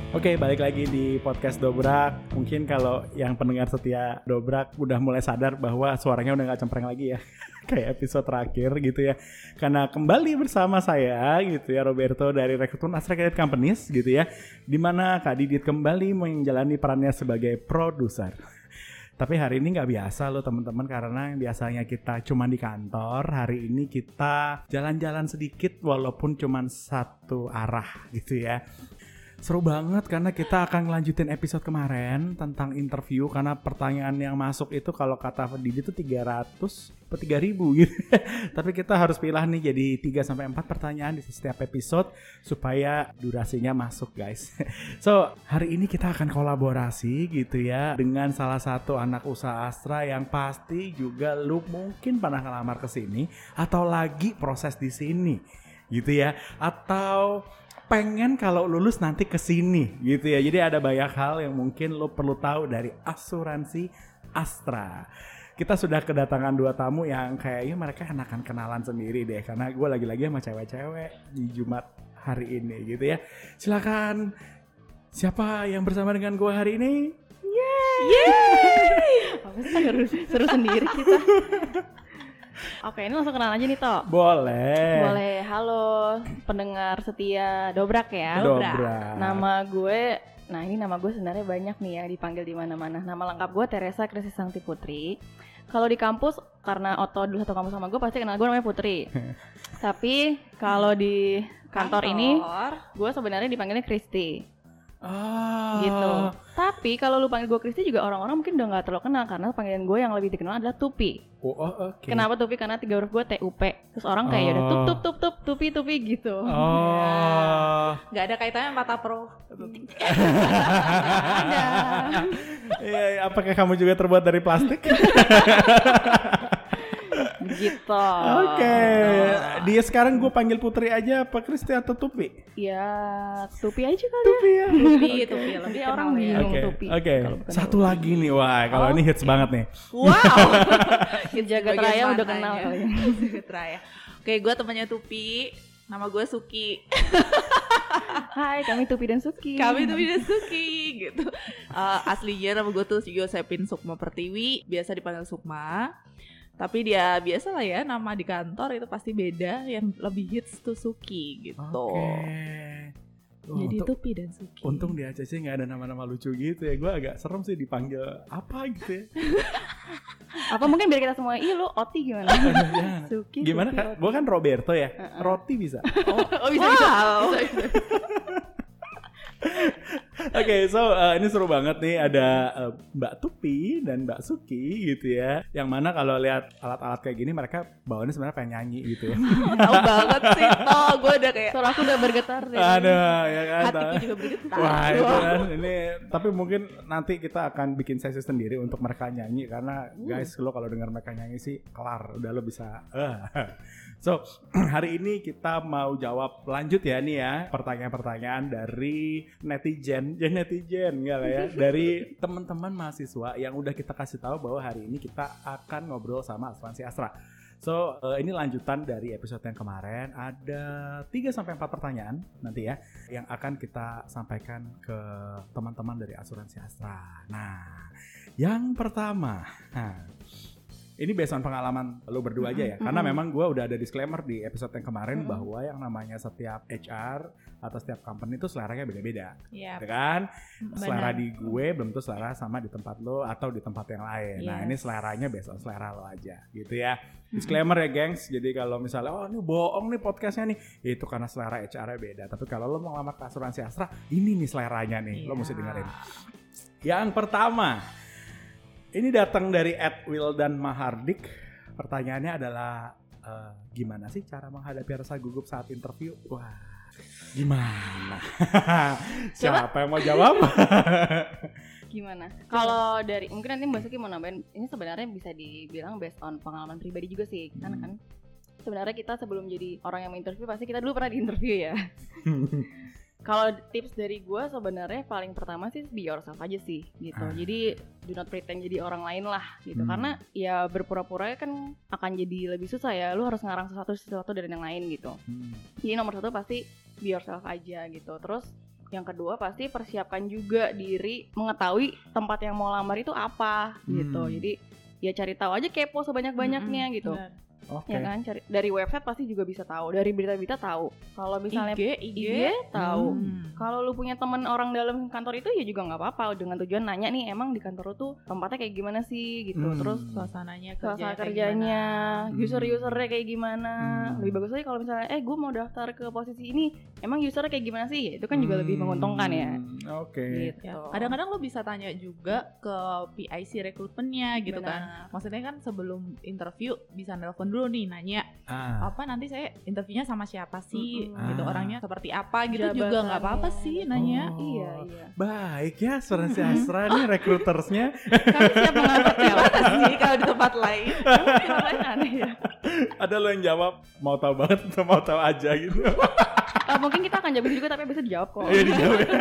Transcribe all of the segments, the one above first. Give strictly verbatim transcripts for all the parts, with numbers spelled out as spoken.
Oke, balik lagi di podcast Dobrak. Mungkin kalau yang pendengar setia Dobrak udah mulai sadar bahwa suaranya udah gak cempreng lagi ya. Kayak episode terakhir gitu ya. Karena kembali bersama saya gitu ya, Roberto dari Rekrutmen Astra Credit Companies gitu ya. Dimana Kak Didit kembali menjalani perannya sebagai produser. Tapi hari ini gak biasa loh teman-teman, karena biasanya kita cuma di kantor. Hari ini kita jalan-jalan sedikit walaupun cuma satu arah gitu ya. Seru banget karena kita akan ngelanjutin episode kemarin tentang interview, karena pertanyaan yang masuk itu kalau kata Didi itu tiga ratus atau tiga ribu gitu. Tapi kita harus pilih nih jadi tiga sampai empat pertanyaan di setiap episode supaya durasinya masuk, guys. So, hari ini kita akan kolaborasi gitu ya dengan salah satu anak usaha Astra yang pasti juga lu mungkin pernah ngelamar ke sini atau lagi proses di sini gitu ya, atau pengen kalau lulus nanti kesini gitu ya. Jadi ada banyak hal yang mungkin lo perlu tahu dari asuransi Astra. Kita sudah kedatangan dua tamu yang kayaknya mereka enakan kenalan sendiri deh, karena gue lagi-lagi sama cewek-cewek di Jumat hari ini gitu ya. Silakan, siapa yang bersama dengan gue hari ini? Yeay! Yeay! seru, seru sendiri kita. Oke, ini langsung kenalan aja nih, Tok. Boleh. Boleh. Halo pendengar setia Dobrak ya. Dobrak. Nama gue, nah ini nama gue sebenarnya banyak nih ya, dipanggil di mana-mana. Nama lengkap gue Teresa Krisi Sangti Putri. Kalau di kampus, karena Oto dulu satu kampus sama gue, pasti kenal gue namanya Putri. Tapi kalau di kantor, kantor ini, gue sebenarnya dipanggilnya Kristi. Ah. Gitu. Tapi kalau lu panggil gue Kristi juga orang-orang mungkin udah nggak terlalu kenal, karena panggilan gue yang lebih dikenal adalah Tupi. Oh, oh oke. Okay. Kenapa Tupi? Karena tiga huruf gue T U P. Terus orang kayak oh. Yaudah tup tup tup tup Tupi Tupi gitu. Oh. Ya. Gak ada kaitannya sama Mata Pro. Ada. Iya, apakah kamu juga terbuat dari plastik? Gitu. Oke. Okay. Dia sekarang gue panggil Putri aja apa Kristi atau Tupi? Ya Tupi aja kali Tupi ya. Tupi, Tupi lebih orang ya. bingung okay. Tupi. Oke. Okay. Satu lagi nih, wah kalau oh. ini hits banget nih. Wow. Jagat Raya udah kenal kali ya. Jagat Raya. Oke, gue temannya Tupi. Nama gue Suki. Hai, kami Tupi dan Suki. Kami Tupi dan Suki gitu. Uh, aslinya nama gue tuh Yosepin Sukma Pertiwi, biasa dipanggil Sukma. Tapi dia biasa lah ya, nama di kantor itu pasti beda. Yang lebih hits tuh Suki gitu. Oke. Okay. Oh, jadi untung, Tupi dan Suki. Untung di A C C gak ada nama-nama lucu gitu ya. Gue agak serem sih dipanggil apa gitu ya. Apa mungkin biar kita semua, iya lu Oti gimana? Suki, gimana kan? Gue kan Roberto ya. Uh-uh. Roti bisa. Oh, oh bisa, bisa, wow. bisa, bisa. Oke, okay, so uh, ini seru banget nih, ada uh, Mbak Tupi dan Mbak Suki gitu ya. Yang mana kalau lihat alat-alat kayak gini mereka bawaannya sebenarnya pengen nyanyi gitu ya. Tahu banget sih, oh gue udah kayak suara aku udah bergetar deh. Ada ya kan. Hatiku juga bergetar. Wah itu kan ini. Tapi mungkin nanti kita akan bikin sesi sendiri untuk mereka nyanyi, karena guys lo kalau dengar mereka nyanyi sih kelar, udah lo bisa. Uh. So hari ini kita mau jawab lanjut ya nih ya pertanyaan-pertanyaan dari netizen, ya netizen enggak lah ya, dari teman-teman mahasiswa yang udah kita kasih tahu bahwa hari ini kita akan ngobrol sama asuransi Astra. So uh, ini lanjutan dari episode yang kemarin, ada tiga sampai empat pertanyaan nanti ya yang akan kita sampaikan ke teman-teman dari asuransi Astra. Nah, yang pertama, nah, ini based on pengalaman lo berdua aja ya, mm-hmm. karena memang gue udah ada disclaimer di episode yang kemarin mm-hmm. bahwa yang namanya setiap H R atau setiap company itu seleranya beda-beda, yep. ya kan? Benar. Selera di gue belum tentu selera sama di tempat lo atau di tempat yang lain. Yes. Nah ini seleranya based on selera lo aja, gitu ya. Disclaimer mm-hmm. ya gengs, jadi kalau misalnya oh ini bohong nih podcastnya nih, itu karena selera H R-nya beda. Tapi kalau lo mau ngelamar ke asuransi Astra, ini nih seleranya nih, yeah. lo mesti dengerin. Yang pertama, ini datang dari at Wildan Mahardik. Pertanyaannya adalah uh, gimana sih cara menghadapi rasa gugup saat interview? Wah, gimana? Siapa yang mau jawab? Gimana? Kalau dari mungkin nanti Mbak Suki mau nambahin, ini sebenarnya bisa dibilang based on pengalaman pribadi juga sih. Karena hmm. kan sebenarnya kita sebelum jadi orang yang mau interview pasti kita dulu pernah diinterview ya. Kalau tips dari gue sebenarnya paling pertama sih be yourself aja sih gitu. Ah. Jadi do not pretend jadi orang lain lah gitu. Hmm. Karena ya berpura-pura kan akan jadi lebih susah ya. Lu harus ngarang sesuatu sesuatu dari yang lain gitu. Hmm. Jadi nomor satu pasti be yourself aja gitu. Terus Yang kedua pasti persiapkan juga diri mengetahui tempat yang mau lamar itu apa gitu. Hmm. Jadi ya cari tahu aja, kepo sebanyak-banyaknya Mm-mm, gitu. benar. Oke. Ya kan, cari dari website pasti juga bisa tahu, dari berita-berita tahu. Kalau misalnya I G, I G, I G tahu. Hmm. Kalau lu punya teman orang dalam kantor itu ya juga nggak apa-apa, dengan tujuan nanya nih emang di kantor lu tuh tempatnya kayak gimana sih gitu. Hmm. Terus Suasananya, suasana kayak kerjanya, gimana? user-usernya kayak gimana. Hmm. Lebih bagus lagi kalau misalnya eh gue mau daftar ke posisi ini, emang usernya kayak gimana sih? Ya, itu kan juga lebih menguntungkan ya. Hmm, Oke. Gitu. Ya, kadang-kadang lo bisa tanya juga ke P I C rekrutmennya gitu Benar. kan. Maksudnya kan sebelum interview bisa nelpon dulu nih nanya Ah. apa nanti saya interviewnya sama siapa sih Mm-mm. gitu, Ah. orangnya seperti apa gitu Jabatannya. juga nggak apa-apa sih nanya. Oh. Iya, iya. Baik ya, asuransi Astra nih rekrutersnya. Kami siap mengangkat ya. Apa sih kalau di tempat lain? Kenapa aneh ya? Ada lo yang jawab mau tahu banget atau mau tahu aja gitu. Eh, mungkin kita akan jawab juga tapi bisa dijawab kok. Iya dijawab ya.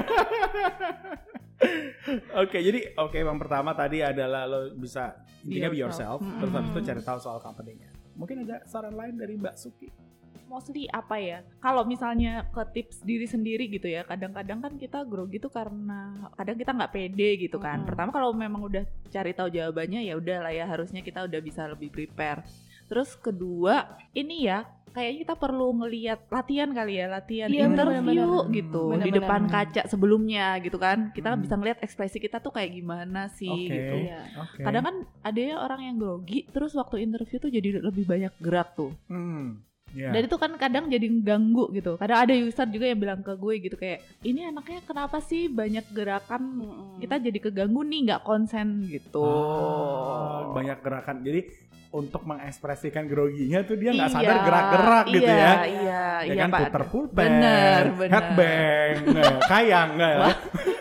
Oke, jadi oke yang pertama tadi adalah lo bisa intinya be yourself, yourself. terus habis itu Mm-mm. cari tahu soal company-nya. Mungkin ada saran lain dari Mbak Suki? Mostly apa ya, kalau misalnya ke tips diri sendiri gitu ya, kadang-kadang kan kita grogi tuh karena kadang kita nggak pede gitu kan. Mm-mm. Pertama kalau memang udah cari tahu jawabannya ya udah lah ya, harusnya kita udah bisa lebih prepare. Terus kedua ini ya, kayaknya kita perlu ngelihat latihan kali ya, latihan Iya, interview benar-benar. gitu di Benar-benar. depan kaca sebelumnya gitu kan. Kita Hmm. bisa ngelihat ekspresi kita tuh kayak gimana sih Oke. gitu. Iya. Oke. Kadang kan ada ya orang yang grogi, terus waktu interview tuh jadi lebih banyak gerak tuh. Hmm. Ya. Dan itu kan kadang jadi ganggu gitu. Kadang ada user juga yang bilang ke gue gitu kayak, ini anaknya kenapa sih banyak gerakan, Mm-mm. kita jadi keganggu nih, nggak konsen gitu. Ah, banyak gerakan. Jadi untuk mengekspresikan groginya tuh dia nggak Iya, sadar gerak-gerak gitu iya, ya. Iya, Ya iya kan Pak. puter pulpen, Bener, bener. headbang, nah, kayang nggak ya? Wah.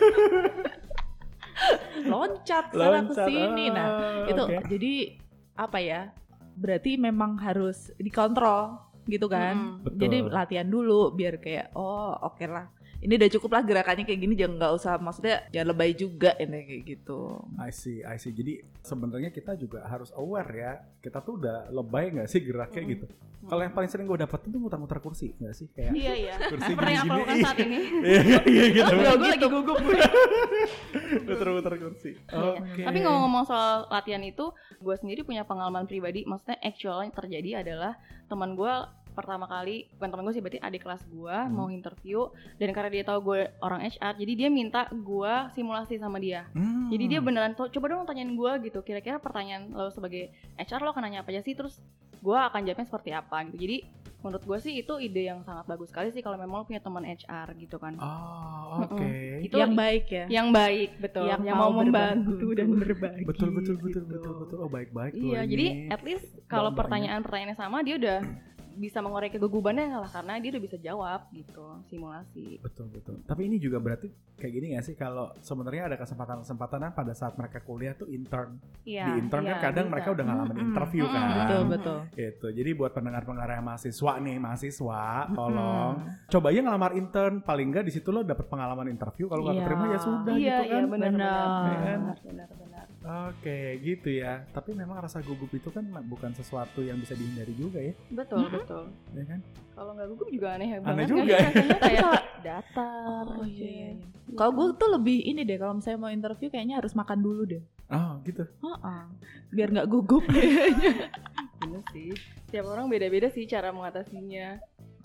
Loncat sana ke Loncat, sini. Nah, ah, itu oke. jadi apa ya? Berarti memang harus dikontrol gitu kan. Mm-mm. Betul. Jadi latihan dulu biar kayak oh oke lah. Ini udah cukup lah gerakannya kayak gini, jangan nggak usah, maksudnya jangan lebay juga ini kayak gitu. I see, I see. Jadi sebenarnya kita juga harus aware ya. Kita tuh udah lebay nggak sih geraknya Mm-mm. gitu. Kalau yang paling sering gue dapetin tuh muter-muter kursi nggak sih? Kayak Iya, iya. kursi Seperti yang aku gini-gini. lakukan saat ini. Iya, iya gitu. Enggak, gue lagi gugup. Muter-muter kursi. Oke. Tapi ngomong-ngomong soal latihan itu, gue sendiri punya pengalaman pribadi. Maksudnya actual yang terjadi adalah teman gue pertama kali, bukan teman gue sih, berarti adik kelas gue Hmm. mau interview, dan karena dia tahu gue orang H R, jadi dia minta gue simulasi sama dia. Hmm. Jadi dia beneran tuh, coba dong tanyain gue gitu, kira-kira pertanyaan lo sebagai H R lo akan nanya apa aja sih, terus gue akan jawabnya seperti apa gitu. Jadi menurut gue sih itu ide yang sangat bagus sekali sih kalau memang lo punya teman H R gitu kan. Oh, oke. Itu Yang baik ya. yang baik, betul, Yang yang, mau mau membantu berbagi. dan berbagi. Betul betul betul gitu. betul betul. Oh baik-baik loh Iya, ini. jadi at least kalau Bang-bangnya. pertanyaan-pertanyaannya sama, dia udah bisa mengurai kegugupannya lah karena dia udah bisa jawab gitu, simulasi. Betul betul. Tapi ini juga berarti kayak gini nggak sih, kalau sebenarnya ada kesempatan-kesempatan pada saat mereka kuliah tuh intern. Iya. Di intern iya, kan kadang bisa. mereka udah ngalamin Mm-mm. interview Mm-mm. kan. Betul betul. Gitu. Jadi buat pendengar-pendengar yang mahasiswa nih, mahasiswa, tolong Mm-mm. coba aja ngelamar intern, paling nggak di situ lo dapet pengalaman interview. Kalau nggak Iya. keterima ya sudah Iya, gitu kan. iya benar Benar. benar benar benar. Oke, gitu ya. Tapi memang rasa gugup itu kan bukan sesuatu yang bisa dihindari juga ya, Betul Mm-mm. betul. ya kan? Kalau nggak gugup juga aneh Aneh banget. juga nggak ya. sih? Rasanya kayak datar. Oh aja. iya, iya. Kalau gue tuh lebih ini deh, kalau misalnya mau interview kayaknya harus makan dulu deh. Oh, gitu. Heeh. Biar nggak gugup kayaknya. Bener sih. Setiap orang beda-beda sih cara mengatasinya.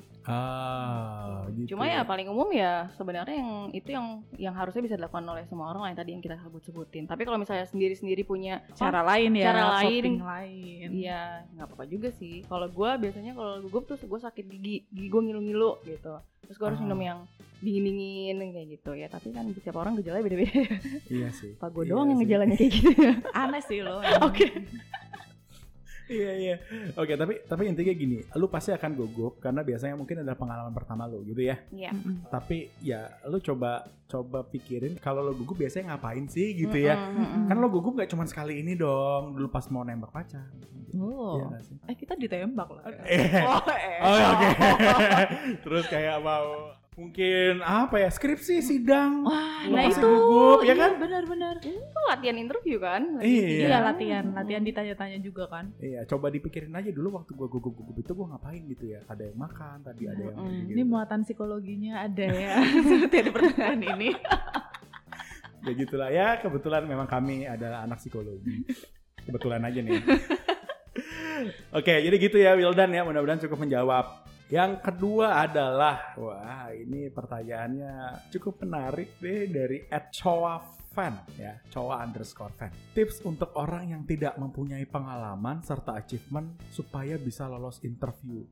Ah, gitu. Cuma ya paling umum ya sebenarnya yang itu yang yang harusnya bisa dilakukan oleh semua orang lain tadi yang kita sebut-sebutin. Tapi kalau misalnya sendiri-sendiri punya Cara lain ya, cara lain. coping lain. iya nggak apa-apa juga sih. Kalau gue biasanya kalau gugup tuh gue sakit gigi, gigi gue ngilu-ngilu gitu. Terus gue harus Ah. minum yang dingin-dingin kayak gitu ya. Tapi kan setiap orang gejalanya beda-beda. Iya sih. Apa gue Iya doang yang sih. gejalanya kayak gitu? Aneh sih lo. Oke. Iya iya. Oke, tapi tapi intinya gini, lu pasti akan gugup karena biasanya mungkin adalah pengalaman pertama lu gitu ya. Iya. Mm-mm. Tapi ya lu coba coba pikirin kalau lu gugup biasanya ngapain sih gitu ya. Mm-mm. Kan lo gugup gak cuma sekali ini dong, dulu pas mau nembak pacar. Oh. Iya gak sih? Eh kita ditembak lah. Ya. Eh. Oh, eh. Oh, oke. Terus kayak mau mungkin apa ya, skripsi, sidang. Wah, Lo nah pasti itu gugup, ya kan? Benar-benar. Itu latihan interview kan? Iya. Iya, latihan, latihan ditanya-tanya juga kan. Iya, coba dipikirin aja dulu waktu gua gugup-gugup itu gua ngapain gitu ya. Ada yang makan, tadi ada yang Mm-mm. gitu. Ini muatan psikologinya ada ya. Seperti ada pertanyaan ini. Ya gitulah ya, kebetulan memang kami adalah anak psikologi. Kebetulan aja nih. Oke, jadi gitu ya Wildan ya, mudah-mudahan cukup menjawab. Yang kedua adalah, wah ini pertanyaannya cukup menarik deh dari at chowa fan ya, chowa underscore fan. Tips untuk orang yang tidak mempunyai pengalaman serta achievement supaya bisa lolos interview.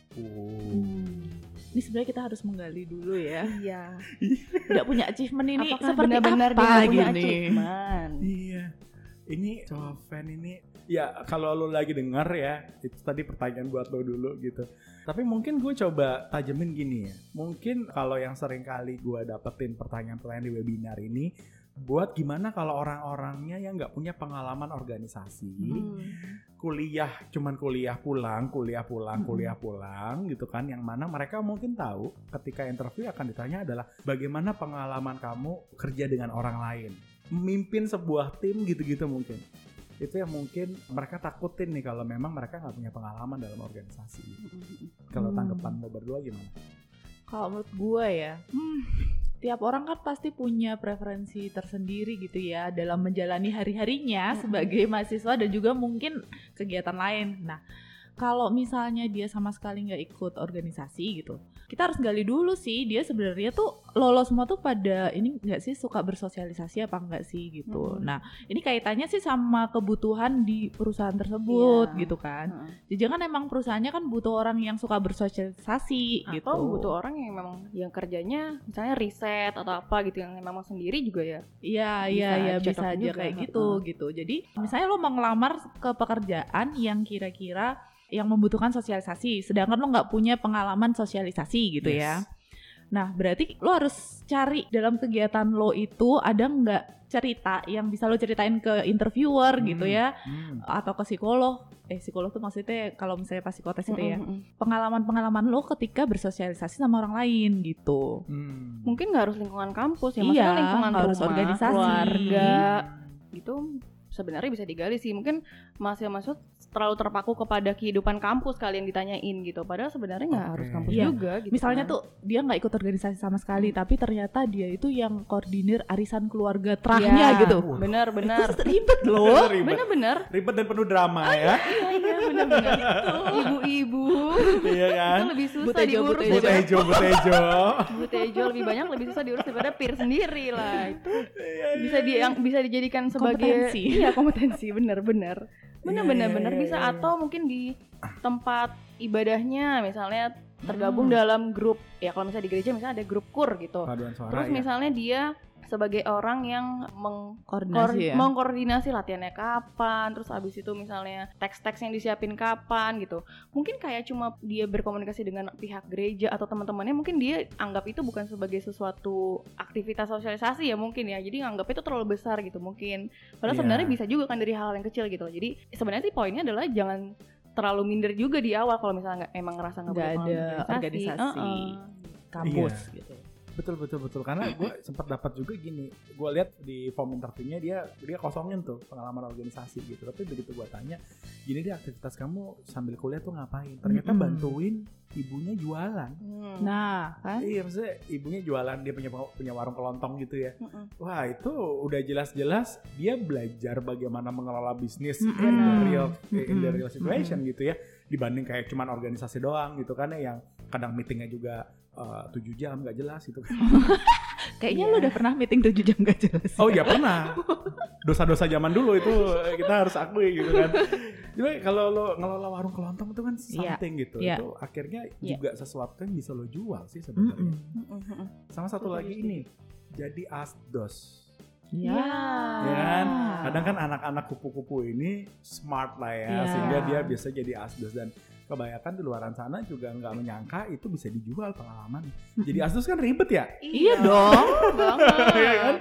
Oh. Hmm. Ini sebenarnya kita harus menggali dulu ya. Iya. Tidak punya achievement ini Apakah seperti benar-benar apa dia punya gini? achievement? Iya. Ini chowa fan ini ya kalau lo lagi denger ya, itu tadi pertanyaan buat lo dulu gitu. Tapi mungkin gue coba tajemin gini ya. Mungkin kalau yang sering kali gue dapetin pertanyaan-pertanyaan di webinar ini, buat gimana kalau orang-orangnya yang nggak punya pengalaman organisasi, Hmm. kuliah cuman kuliah pulang, kuliah pulang, Hmm. kuliah pulang gitu kan, yang mana mereka mungkin tahu ketika interview akan ditanya adalah bagaimana pengalaman kamu kerja dengan orang lain, memimpin sebuah tim gitu-gitu mungkin. Itu yang mungkin mereka takutin nih kalau memang mereka nggak punya pengalaman dalam organisasi. Kalau Hmm. tanggapan lo berdua gimana? Kalau menurut gue ya, hmm, tiap orang kan pasti punya preferensi tersendiri gitu ya dalam menjalani hari-harinya Mm-mm. sebagai mahasiswa dan juga mungkin kegiatan lain. Nah, kalau misalnya dia sama sekali nggak ikut organisasi gitu, kita harus gali dulu sih dia sebenarnya tuh lolos semua tuh pada ini nggak sih, suka bersosialisasi apa enggak sih gitu. Mm-mm. Nah, ini kaitannya sih sama kebutuhan di perusahaan tersebut Iya. gitu kan. Heeh. Jadi kan emang perusahaannya kan butuh orang yang suka bersosialisasi gitu. Atau butuh orang yang memang yang kerjanya misalnya riset atau apa gitu yang memang sendiri juga ya. Iya, Bisa iya, iya cocok bisa aja juga, kayak heeh. gitu gitu. Jadi misalnya lo mau ngelamar ke pekerjaan yang kira-kira yang membutuhkan sosialisasi, sedangkan lo nggak punya pengalaman sosialisasi gitu Yes. ya. Nah, berarti lo harus cari dalam kegiatan lo itu ada nggak cerita yang bisa lo ceritain ke interviewer Hmm. gitu ya, Hmm. atau ke psikolog. Eh, psikolog tuh maksudnya kalau misalnya pas psikotes itu ya, Mm-mm. pengalaman-pengalaman lo ketika bersosialisasi sama orang lain gitu. Hmm. Mungkin nggak harus lingkungan kampus ya, Iya, maksudnya lingkungan nggak harus rumah, organisasi. keluarga gitu sebenarnya bisa digali sih. Mungkin mahasiswa-mahasiswa terlalu terpaku kepada kehidupan kampus kalian ditanyain gitu. Padahal sebenarnya nggak Oke. harus kampus Iya. juga gitu. Misalnya kan. tuh dia nggak ikut organisasi sama sekali, tapi ternyata dia itu yang koordinir arisan keluarga terahnya Iya, gitu. Benar-benar. Itu ribet loh. Ribet. Benar-benar. Ribet dan penuh drama ya. Iya iya benar-benar. Ibu-ibu Iya kan? itu lebih susah Butejo, diurus butejo. Butejo, butejo. Butejo lebih banyak, lebih susah diurus daripada peer sendiri lah. Itu Iya, bisa di yang bisa dijadikan sebagai Kompetensi. iya kompetensi benar-benar benar-benar Iya, benar iya, bisa iya. atau mungkin di tempat ibadahnya misalnya tergabung Hmm. dalam grup ya, kalau misalnya di gereja misalnya ada grup kur gitu. Paduan suara Terus ya. misalnya dia sebagai orang yang meng Koordinasi ya. mengkoordinasi latihannya kapan, terus abis itu misalnya teks-teks yang disiapin kapan gitu. Mungkin kayak cuma dia berkomunikasi dengan pihak gereja atau teman-temannya, mungkin dia anggap itu bukan sebagai sesuatu aktivitas sosialisasi ya mungkin ya. Jadi nganggap itu terlalu besar gitu mungkin. Padahal Iya. sebenarnya bisa juga kan dari hal yang kecil gitu. Jadi sebenarnya sih poinnya adalah jangan terlalu minder juga di awal kalau misalnya nggak emang ngerasa nggak Nggak punya ada pengalaman organisasi. Heeh. Kampus Iya. gitu. Betul betul betul karena gue sempat dapat juga gini, gue lihat di form interviewnya dia dia kosongin tuh pengalaman organisasi gitu, tapi begitu gue tanya gini deh aktivitas kamu sambil kuliah tuh ngapain, ternyata Mm-mm. bantuin ibunya jualan. Hmm. Nah, kan? Iya maksudnya ibunya jualan, dia punya punya warung kelontong gitu ya. Mm-mm. Wah itu udah jelas-jelas dia belajar bagaimana mengelola bisnis in the Mm-mm. real in the Mm-mm. real situation gitu ya, dibanding kayak cuman organisasi doang gitu kan ya, yang kadang meetingnya juga uh, tujuh jam nggak jelas gitu kan. Kayaknya Iya. lu udah pernah meeting tujuh jam gak jelas. Oh iya pernah. Dosa-dosa zaman dulu itu kita harus akui gitu kan. Jadi kalau lo ngelola warung kelontong itu kan Iya, something gitu. iya. Itu akhirnya Iya. juga sesuatu yang bisa lo jual sih sebenarnya. Mm-mm. Mm-mm. Sama satu Setuju, lagi setuju. ini, jadi asdos. Ya. Ya kan? Kadang kan anak-anak kupu-kupu ini smart lah ya, Iya. sehingga dia biasa jadi asdos, dan kebanyakan di luaran sana juga nggak menyangka itu bisa dijual pengalaman. Jadi asdos kan ribet ya. Iya dong. banget. Iya kan?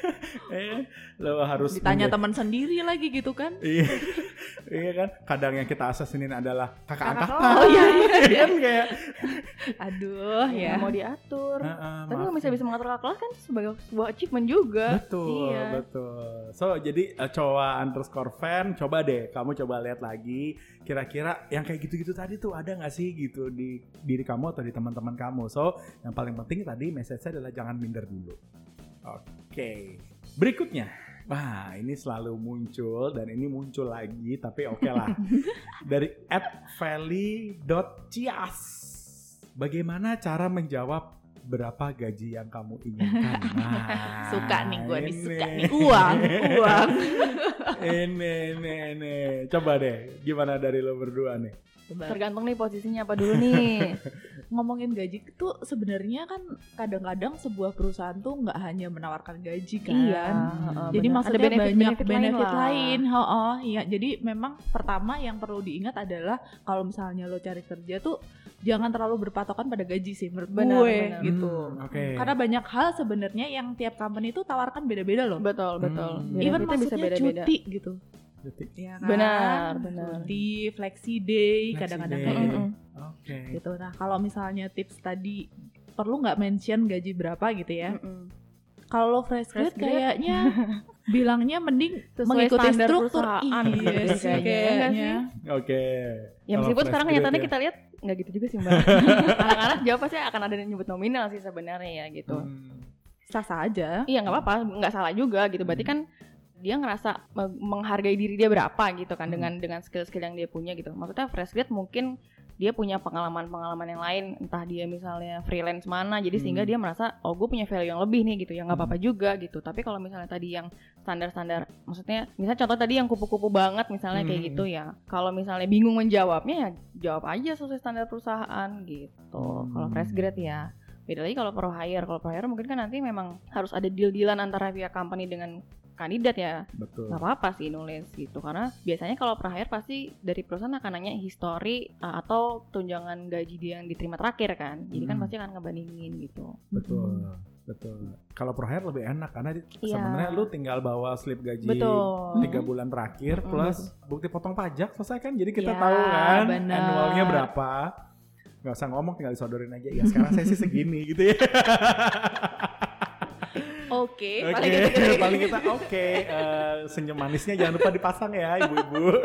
Eh, lo harus Ditanya menjadi- teman sendiri lagi gitu kan. Iya, iya kan. Kadang yang kita asesinin adalah kakak Kakak angkatan. kelas. Oh, iya, iya, Iya kan kayak Aduh ya ya. mau diatur. Uh, uh, Tapi kalau maaf misalnya ya. bisa mengatur kelas kan sebagai sebuah achievement juga. Betul, Iya. betul. So, jadi uh, cowok underscore fan, coba deh, kamu coba lihat lagi, kira-kira yang kayak gitu-gitu tadi tuh ada nggak sih gitu di diri kamu atau di teman-teman kamu. So, yang paling penting tadi message-nya adalah jangan minder dulu. Oke, berikutnya. Wah, ini selalu muncul dan ini muncul lagi, tapi oke lah. Dari at valley dot cias. Bagaimana cara menjawab berapa gaji yang kamu inginkan? Nah, Suka nih gue nih, ini. suka nih. Uang, uang. ini, ini, ini. Coba deh, gimana dari lo berdua nih? Tergantung nih posisinya apa dulu nih. Ngomongin gaji itu sebenarnya kan kadang-kadang sebuah perusahaan tuh nggak hanya menawarkan gaji kan. Iya, uh, Jadi bener. maksudnya Ada benefit- banyak benefit benefit, lain lah. lain. Oh, oh, iya. Jadi memang pertama yang perlu diingat adalah kalau misalnya lo cari kerja tuh jangan terlalu berpatokan pada gaji sih menurut Benar, gue benar. gitu. Hmm, Oke. Karena banyak hal sebenarnya yang tiap company itu tawarkan beda-beda loh. Betul, betul. Hmm. Even Benefitnya maksudnya cuti gitu. Detik. Ya kan? Benar, benar. Cuti, flexi day, Flexi kadang-kadang day. kayak gitu. Mm-mm. Oke. Gitu. Nah, kalau misalnya tips tadi perlu nggak mention gaji berapa gitu ya? Mm-mm. Kalau lo fresh grade Fresh grade. kayaknya bilangnya mending Sesuai mengikuti standar struktur. perusahaan Iya gitu sih kayaknya, ya nggak kayaknya. Oke. Ya Kalau meskipun fresh sekarang grade nyatanya ya. kita lihat nggak gitu juga sih mbak. Anak-anak jawab pasti akan ada yang nyebut nominal sih sebenarnya ya gitu. Hmm. Sah-sah aja. Iya nggak apa-apa, nggak salah juga gitu. Berarti kan dia ngerasa me- menghargai diri dia berapa gitu kan, Hmm. dengan dengan skill-skill yang dia punya gitu. Maksudnya fresh grade mungkin dia punya pengalaman-pengalaman yang lain, entah dia misalnya freelance mana, jadi sehingga Hmm. dia merasa oh gue punya value yang lebih nih gitu, ya nggak apa-apa juga gitu. Tapi kalau misalnya tadi yang standar-standar, maksudnya misalnya contoh tadi yang kupu-kupu banget misalnya kayak Hmm. gitu ya, kalau misalnya bingung menjawabnya ya jawab aja sesuai standar perusahaan gitu. Hmm. Kalau fresh grade ya beda lagi kalau pro hire. Kalau pro hire mungkin kan nanti memang harus ada deal-dealan antara pihak company dengan kandidat ya. Betul. Nggak apa-apa sih nulis gitu, karena biasanya kalau pro hire pasti dari perusahaan akan nanya history uh, atau tunjangan gaji dia yang diterima terakhir kan, jadi kan Hmm. pasti akan ngebandingin gitu. Betul. Betul. Kalau pro hire lebih enak karena di- Iya. sebenarnya lu tinggal bawa slip gaji Betul. tiga bulan terakhir Mm-mm. plus bukti potong pajak selesai kan, jadi kita Ya, tahu kan bener. annualnya berapa. Nggak usah ngomong, tinggal disodorin aja. Ya sekarang saya sih segini gitu ya. Oke, Oke, paling gitu. paling kita oke. Eh, senyum manisnya jangan lupa dipasang ya ibu-ibu.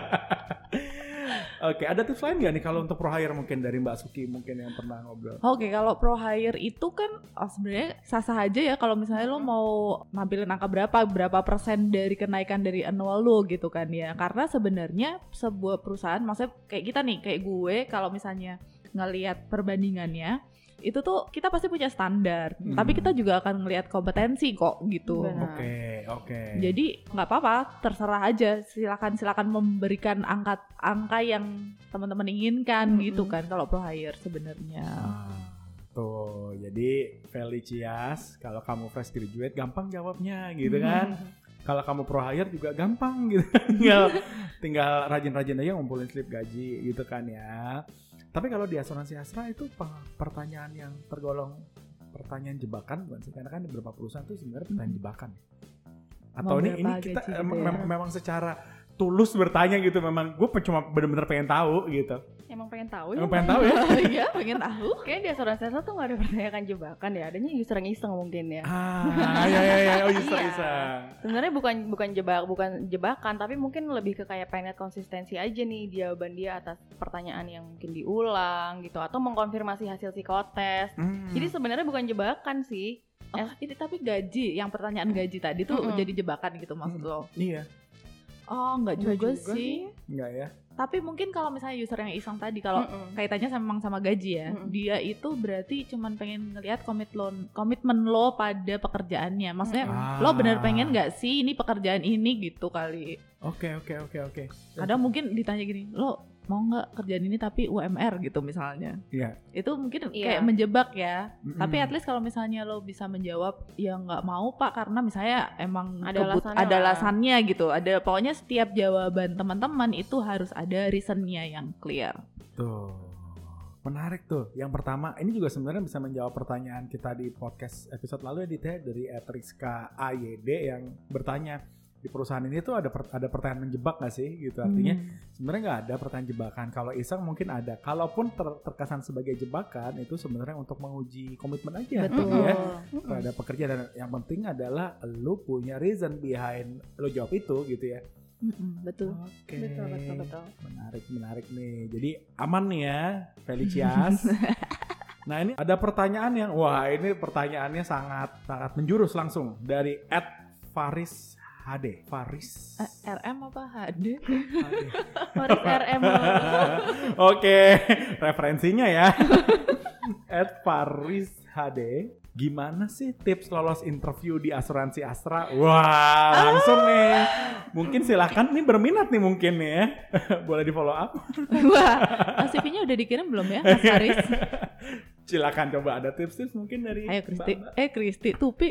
Oke, ada tips lain nggak nih kalau untuk pro hire mungkin dari Mbak Suki mungkin yang pernah ngobrol? Oke, kalau pro hire itu kan oh, sebenarnya sah-sah aja ya kalau misalnya lo mau nampilin angka berapa, berapa persen dari kenaikan dari annual lo gitu kan ya. Karena sebenarnya sebuah perusahaan, maksudnya kayak kita nih, kayak gue kalau misalnya ngelihat perbandingannya itu tuh kita pasti punya standar, Hmm. tapi kita juga akan ngelihat kompetensi kok gitu. Benar. Oke, oke. Jadi nggak apa-apa, terserah aja. Silakan silakan memberikan angka angka yang teman-teman inginkan Mm-mm. gitu kan kalau pro hire sebenarnya. Ah, tuh, jadi Felicias, kalau kamu fresh graduate gampang jawabnya gitu kan. Kalau kamu pro hire juga gampang gitu. tinggal tinggal rajin-rajin aja ngumpulin slip gaji gitu kan ya. Tapi kalau di asuransi Astra itu pe- pertanyaan yang tergolong pertanyaan jebakan bukan sih? Karena kan di beberapa perusahaan tuh sebenarnya pertanyaan jebakan. Atau Mau ini ini berapa kita gaji gitu em- ya? mem- memang secara tulus bertanya gitu, memang gue cuma bener-bener pengen tahu gitu. Emang pengen tahu Emang ya? pengen tahu ya? Iya, pengen tahu. Kayaknya di asuransi Astra tuh nggak ada pertanyaan jebakan ya, adanya user iseng mungkin ya. Ah, ya ya ya, oh Iya. bisa-bisa. Sebenarnya bukan bukan jebak bukan jebakan, tapi mungkin lebih ke kayak pengen lihat konsistensi aja nih jawaban dia atas pertanyaan yang mungkin diulang gitu, atau mengkonfirmasi hasil psikotes. Hmm. Jadi sebenarnya bukan jebakan sih. Oh, ini tapi gaji, yang pertanyaan gaji tadi tuh Mm-mm. jadi jebakan gitu maksud lo? Iya, Oh, enggak Nggak juga, juga sih. enggak ya? Tapi mungkin kalau misalnya user yang iseng tadi, kalau Mm-mm. kaitannya sama- memang sama gaji ya, Mm-mm. dia itu berarti cuman pengen ngelihat komit lo, komitmen lo pada pekerjaannya. Maksudnya Ah. lo bener pengen nggak sih ini pekerjaan ini gitu kali. Oke oke oke oke. Kadang mungkin ditanya gini, lo mau nggak kerjaan ini tapi U M R gitu misalnya. Iya. Itu mungkin Iya. kayak menjebak ya. Mm-mm. Tapi at least kalau misalnya lo bisa menjawab ya nggak mau pak karena misalnya emang Ada kebut- alasannya ada lah. alasannya gitu. Ada pokoknya setiap jawaban teman-teman itu harus ada reasonnya yang clear. Tuh. Menarik tuh. Yang pertama, ini juga sebenarnya bisa menjawab pertanyaan kita di podcast episode lalu ya, Dit, ya, dari Etriska A Y D yang bertanya, di perusahaan ini tuh ada per, ada pertanyaan menjebak nggak sih gitu, artinya Hmm. sebenarnya nggak ada pertanyaan jebakan. Kalau iseng mungkin ada, kalaupun ter- terkesan sebagai jebakan itu sebenarnya untuk menguji komitmen aja Betul. gitu ya Mm-mm. terhadap pekerja, dan yang penting adalah lu punya reason behind lu jawab itu gitu ya. Mm-mm, betul. Oke. Betul, betul, betul. Menarik, menarik nih. Jadi aman nih ya, Felicias. Nah ini ada pertanyaan yang, wah ini pertanyaannya sangat sangat menjurus langsung dari at Faris H D. Faris. Eh, R M apa H D? H D. Faris R M. Oke, referensinya ya. At Faris H D. Gimana sih tips lolos interview di asuransi Astra? Wah, langsung nih. Mungkin silakan nih, berminat nih mungkin nih ya. Boleh di follow up. Wah, C V-nya udah dikirim belum ya, Mas Haris? Silakan coba ada tips-tips mungkin dari Ayo Kristi. Mbak-mbak. Eh Kristi, Tupi.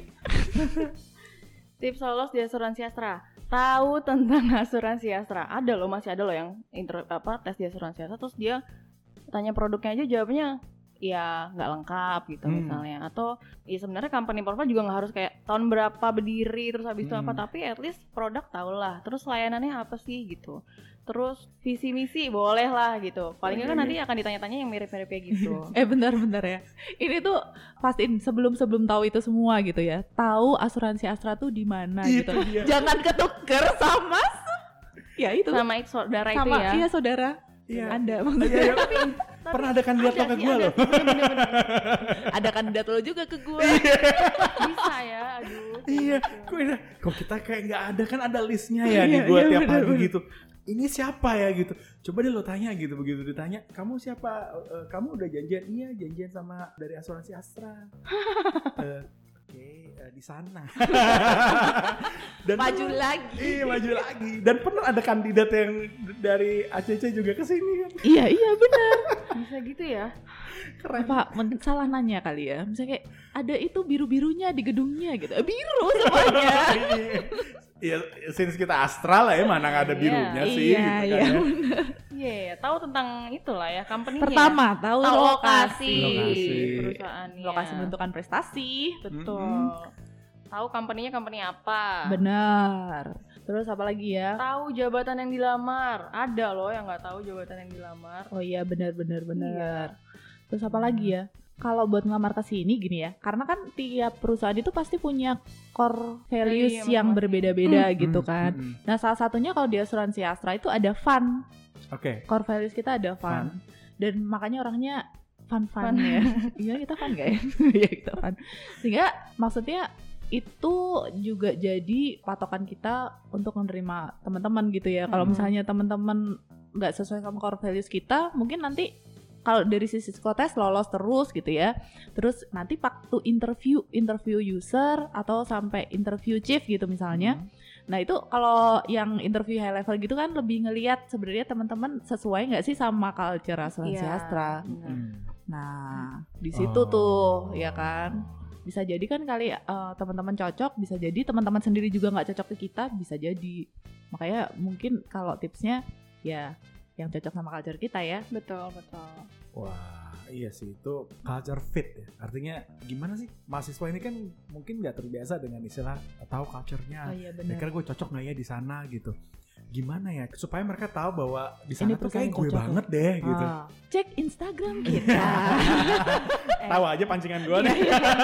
Tips lolos di asuransi Astra. Tahu tentang asuransi Astra. Ada loh, masih ada loh yang intro, apa tes di asuransi Astra, terus dia tanya produknya aja jawabnya ya nggak lengkap gitu Hmm. misalnya, atau ya sebenarnya company profile juga nggak harus kayak tahun berapa berdiri terus habis itu Hmm. apa, tapi at least produk tau lah, terus layanannya apa sih gitu, terus visi misi boleh lah gitu, paling nggak kan nanti akan ditanya-tanya yang mirip-mirip kayak gitu. Eh bentar-bentar ya. Ini tuh pastiin sebelum-sebelum tahu itu semua gitu ya. Tahu asuransi Astra tuh di mana Itu gitu. dia. Jangan ketuker sama ya itu. Sama itu saudara itu Sama ya. iya saudara. Iya. Anda Iya, maksudnya. iya. Pernah ada kandidat lo ke gue loh. Ada kandidat lo juga ke gue. Bisa ya, aduh. Iya, kok ini, kok kita kayak nggak ada, kan ada listnya ya di Iya, gue iya, tiap bener, pagi bener. gitu. Ini siapa ya gitu. Coba deh lo tanya gitu, begitu ditanya, kamu siapa? Eh, kamu udah janjian? Iya, janjian sama dari asuransi Astra. Eh, Oke, eh, di sana. Dan Maju pernah- lagi. Iya, maju lagi. Dan pernah ada kandidat yang dari A C C juga ke sini kan. Iya iya benar. Bisa gitu ya. Keren. Apa men- salah nanya kali ya. Misalnya kayak ada itu biru-birunya di gedungnya gitu. Eh, biru semuanya. Iya, since kita Astra lah ya, mana nggak ada Iya, birunya sih iya, gitu kan iya. ya. Iya, yeah, tahu tentang itulah ya company. Pertama, tahu tahu lokasi. lokasi, Lokasi. perusahaannya. Lokasi menentukan prestasi. Betul. Mm-mm. Tahu company-nya company apa. Benar. Terus apa lagi ya? Tahu jabatan yang dilamar. Ada loh yang nggak tahu jabatan yang dilamar. Oh iya benar benar benar. Iya. Terus apa lagi ya? Kalau buat ngelamar ke sini gini ya. Karena kan tiap perusahaan itu pasti punya core values Iya, yang masing-masing. berbeda-beda Hmm, gitu hmm, kan. hmm. Nah, salah satunya kalau di asuransi Astra itu ada fun. Oke. Core values kita ada fun. Fun. Dan makanya orangnya fun-fun Fun. ya. Iya, kita fun gak ya? Iya, kita fun. Sehingga maksudnya itu juga jadi patokan kita untuk menerima teman-teman gitu ya. Kalau Hmm. misalnya teman-teman nggak sesuai sama core values kita, mungkin nanti kalau dari sisi psikotes lolos terus gitu ya. Terus nanti waktu interview interview user atau sampai interview chief gitu misalnya. Hmm. Nah itu kalau yang interview high level gitu kan lebih ngelihat sebenarnya teman-teman sesuai nggak sih sama culture asuransi Iya, Astra. benar. Hmm. Nah di situ Oh. tuh ya kan. Bisa jadi kan kali eh, teman-teman cocok, bisa jadi teman-teman sendiri juga nggak cocok ke kita, bisa jadi. Makanya mungkin kalau tipsnya ya yang cocok sama culture kita ya. Betul, betul. Wah, iya sih, itu culture fit ya. Artinya gimana sih, mahasiswa ini kan mungkin nggak terbiasa dengan istilah tahu culture-nya. Oh iya Kira-kira gue cocok nggak ya di sana gitu. Gimana ya supaya mereka tahu bahwa di Ini sana tuh perusahaan kayak gue cocok. banget deh gitu. Ah, cek Instagram kita. Tahu aja pancingan gue nih.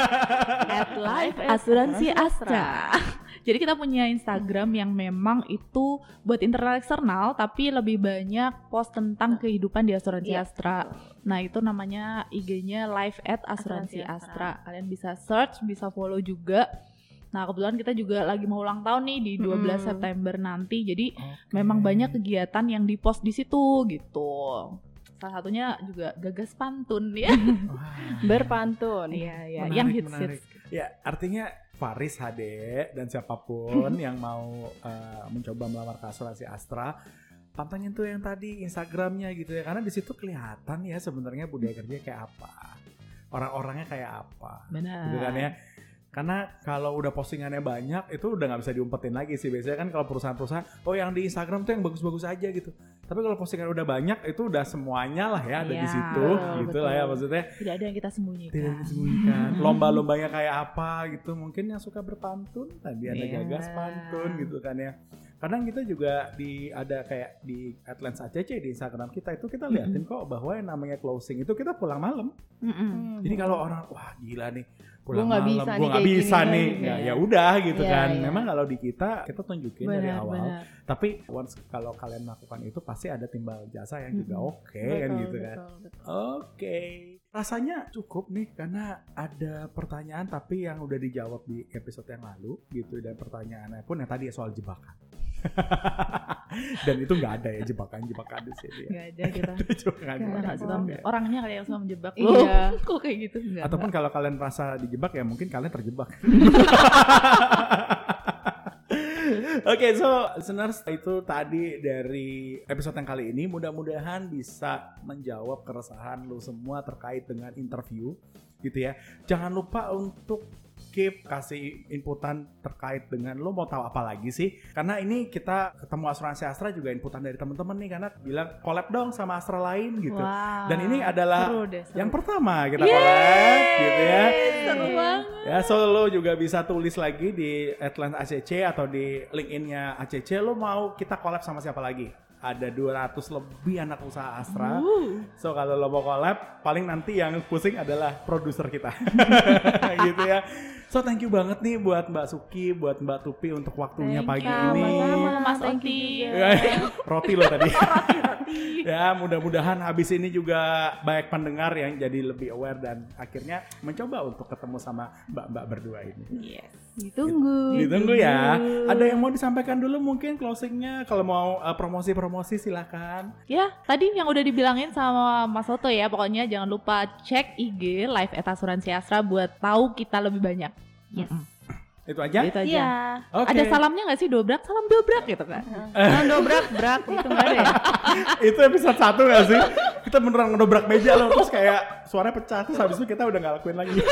At Live Asuransi Astra. Jadi kita punya Instagram yang memang itu buat internal eksternal, tapi lebih banyak post tentang kehidupan di asuransi Iya. Astra. Nah itu namanya I G-nya Live at Asuransi Asuransi Astra. Astra. Kalian bisa search, bisa follow juga. Nah kebetulan kita juga lagi mau ulang tahun nih di dua belas Mm-mm. September nanti. Jadi Oke. memang banyak kegiatan yang dipost di situ gitu. Salah satunya juga gagas pantun ya. Wah. Berpantun. Iya iya, Menarik, yang hits menarik. hits. Ya, artinya Faris H D dan siapapun yang mau uh, mencoba melamar ke asuransi Astra, pantengin tuh yang tadi Instagramnya gitu ya, karena di situ kelihatan ya sebenarnya budaya kerja kayak apa, orang-orangnya kayak apa, Benar. gitu kan ya. Karena kalau udah postingannya banyak itu udah nggak bisa diumpetin lagi sih. Biasanya kan kalau perusahaan-perusahaan, oh yang di Instagram tuh yang bagus-bagus aja gitu. Tapi kalau postingan udah banyak itu udah semuanya lah ya ada Iya, di situ, betul, gitu lah ya betul. maksudnya. Tidak ada yang kita sembunyikan. Tidak disembunyikan. Lomba-lombanya kayak apa gitu. Mungkin yang suka berpantun tadi ada Iya. gagas pantun gitu kan ya. Kadang kita juga di ada kayak di Adlance A C C di Instagram kita itu kita liatin kok bahwa yang namanya closing itu kita pulang malam. Mm-mm. Jadi kalau orang wah gila nih pulang Gua nggak malam, bisa gue nih nggak kayak bisa gini nih, kan. ya Iya. ya udah gitu Iya, kan. iya. Memang kalau di kita kita tunjukin dari Benar, awal. benar. Tapi once kalau kalian melakukan itu pasti ada timbal jasa yang juga Mm-mm. oke kan Betul, gitu kan. betul, betul. Oke, rasanya cukup nih karena ada pertanyaan tapi yang udah dijawab di episode yang lalu gitu dan pertanyaannya pun yang tadi soal jebakan. Dan itu nggak ada ya jebakan-jebakan di sini. Ya. Nggak ada kita. Itu juga nggak Kita jebakan. nggak suka Oke. orangnya kali yang suka menjebak. Iya. Loh, kok kayak gitu? Enggak. Ataupun kalau kalian merasa dijebak ya mungkin kalian terjebak. Oke, okay, so listeners itu tadi dari episode yang kali ini mudah-mudahan bisa menjawab keresahan lu semua terkait dengan interview gitu ya. Jangan lupa untuk keep kasih inputan terkait dengan lo mau tahu apa lagi sih, karena ini kita ketemu Asuransi Astra juga inputan dari teman-teman nih karena bilang collab dong sama Astra lain gitu. Wah, Dan ini adalah seru deh, seru. yang pertama kita collab gitu ya. Seru banget. Ya, so lo juga bisa tulis lagi di Adlance A C C atau di LinkedIn-nya A C C lo mau kita collab sama siapa lagi. Ada dua ratus lebih anak usaha Astra. Uh. So kalau lo mau collab, paling nanti yang pusing adalah produser kita. Gitu ya. So thank you banget nih buat Mbak Suki, buat Mbak Tupi untuk waktunya Thank pagi you, ini. sama-sama, Mas Thank you Roti. juga. Roti lo tadi. Roti-roti. Ya mudah-mudahan habis ini juga banyak pendengar yang jadi lebih aware dan akhirnya mencoba untuk ketemu sama mbak-mbak berdua ini. Yes. Ditunggu. Ditunggu ya. Ada yang mau disampaikan dulu mungkin closingnya? Kalau mau uh, promosi-promosi silakan. Ya, tadi yang udah dibilangin sama Mas Soto ya, pokoknya jangan lupa cek I G Live at Asuransi Astra buat tahu kita lebih banyak. Yes. Mm-mm. Itu aja? Gitu aja. Iya. Oke. Ada salamnya nggak sih, dobrak? Salam dobrak gitu kan? Jangan dobrak, brak itu nggak ada ya. Itu episode satu gak sih? Kita beneran ngedobrak meja loh. Terus kayak suaranya pecah. Terus habis itu kita udah gak lakuin lagi.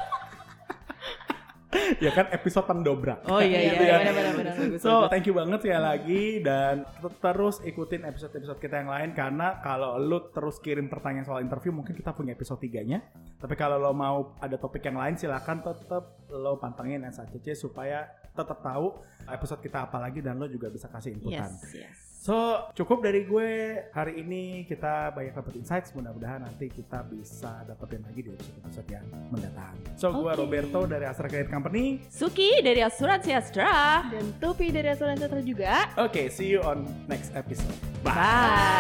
Ya kan episode pendobrak. Oh iya iya, Gitu ya. benar-benar. So thank you banget sekali lagi. Dan ter- terus ikutin episode-episode kita yang lain. Karena kalau lu terus kirim pertanyaan soal interview, mungkin kita punya episode tiganya. Tapi kalau lo mau ada topik yang lain, silakan tetap lo pantengin S A C C supaya tetap tahu episode kita apa lagi dan lo juga bisa kasih inputan. Yes, yes. So, cukup dari gue hari ini. Kita banyak dapat insights. Mudah-mudahan nanti kita bisa dapetin lagi di episode-episode yang mendatang. So, gue Oke. Roberto dari Astra Credit Company. Suki dari Asuransi Astra. Dan Tupi dari Asuransi Astra juga. Oke, see you on next episode. Bye.